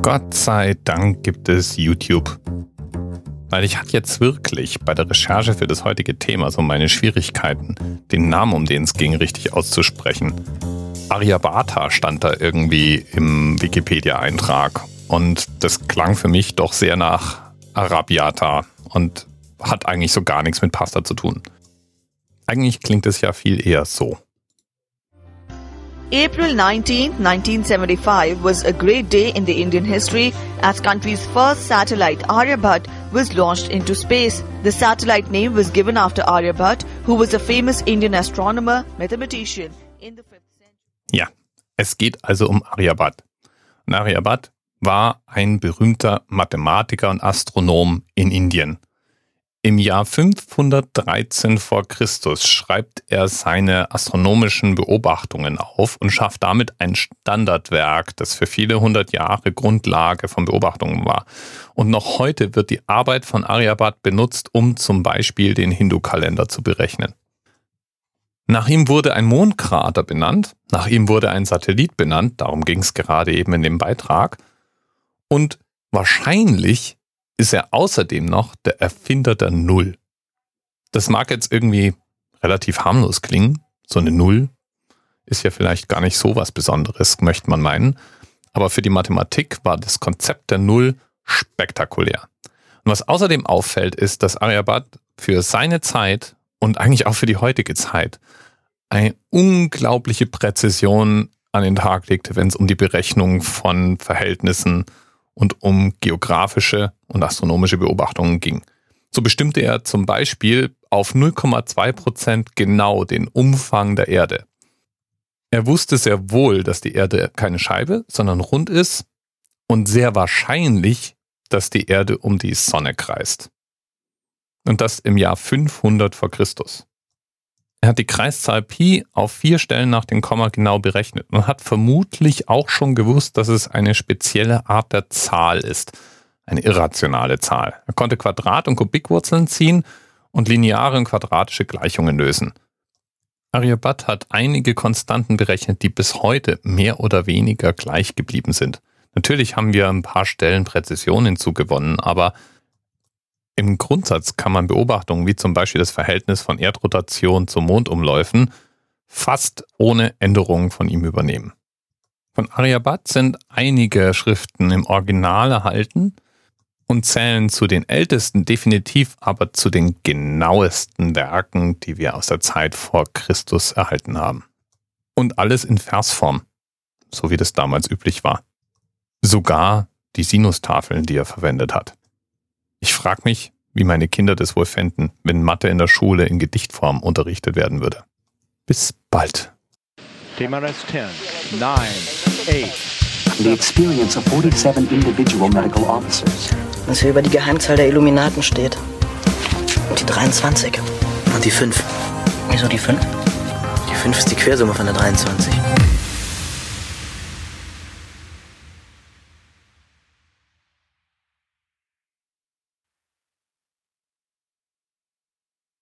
Gott sei Dank gibt es YouTube. Weil ich hatte jetzt wirklich bei der Recherche für das heutige Thema so meine Schwierigkeiten, den Namen, um den es ging, richtig auszusprechen. Aryabhata stand da irgendwie im Wikipedia-Eintrag und das klang für mich doch sehr nach Arabiata und hat eigentlich so gar nichts mit Pasta zu tun. Eigentlich klingt es ja viel eher so. April 19, 1975 was a great day in the Indian history as country's first satellite Aryabhat was launched into space. The satellite name was given after Aryabhat, who was a famous Indian astronomer, mathematician in the 5th century. Ja, es geht also um Aryabhat. Und Aryabhat war ein berühmter Mathematiker und Astronom in Indien. Im Jahr 513 vor Christus schreibt er seine astronomischen Beobachtungen auf und schafft damit ein Standardwerk, das für viele hundert Jahre Grundlage von Beobachtungen war. Und noch heute wird die Arbeit von Aryabhat benutzt, um zum Beispiel den Hindu-Kalender zu berechnen. Nach ihm wurde ein Mondkrater benannt, nach ihm wurde ein Satellit benannt, darum ging es gerade eben in dem Beitrag. Und wahrscheinlich ist er außerdem noch der Erfinder der Null. Das mag jetzt irgendwie relativ harmlos klingen. So eine Null ist ja vielleicht gar nicht so was Besonderes, möchte man meinen. Aber für die Mathematik war das Konzept der Null spektakulär. Und was außerdem auffällt, ist, dass Aryabhat für seine Zeit und eigentlich auch für die heutige Zeit eine unglaubliche Präzision an den Tag legte, wenn es um die Berechnung von Verhältnissen und um geografische und astronomische Beobachtungen ging. So bestimmte er zum Beispiel auf 0,2% genau den Umfang der Erde. Er wusste sehr wohl, dass die Erde keine Scheibe, sondern rund ist und sehr wahrscheinlich, dass die Erde um die Sonne kreist. Und das im Jahr 500 vor Christus. Er hat die Kreiszahl Pi auf 4 Stellen nach dem Komma genau berechnet und hat vermutlich auch schon gewusst, dass es eine spezielle Art der Zahl ist, eine irrationale Zahl. Er konnte Quadrat- und Kubikwurzeln ziehen und lineare und quadratische Gleichungen lösen. Aryabhat hat einige Konstanten berechnet, die bis heute mehr oder weniger gleich geblieben sind. Natürlich haben wir ein paar Stellen Präzision hinzugewonnen, aber im Grundsatz kann man Beobachtungen wie zum Beispiel das Verhältnis von Erdrotation zu Mondumläufen fast ohne Änderungen von ihm übernehmen. Von Aryabhat sind einige Schriften im Original erhalten und zählen zu den ältesten, definitiv aber zu den genauesten Werken, die wir aus der Zeit vor Christus erhalten haben. Und alles in Versform, so wie das damals üblich war. Sogar die Sinustafeln, die er verwendet hat. Ich frage mich, wie meine Kinder das wohl fänden, wenn Mathe in der Schule in Gedichtform unterrichtet werden würde. Bis bald. TMRS 10, 9, 8. The experience of 47 individual medical officers. Was hier über die Geheimzahl der Illuminaten steht. Und die 23. Und die 5. Wieso die 5? Die 5 ist die Quersumme von der 23.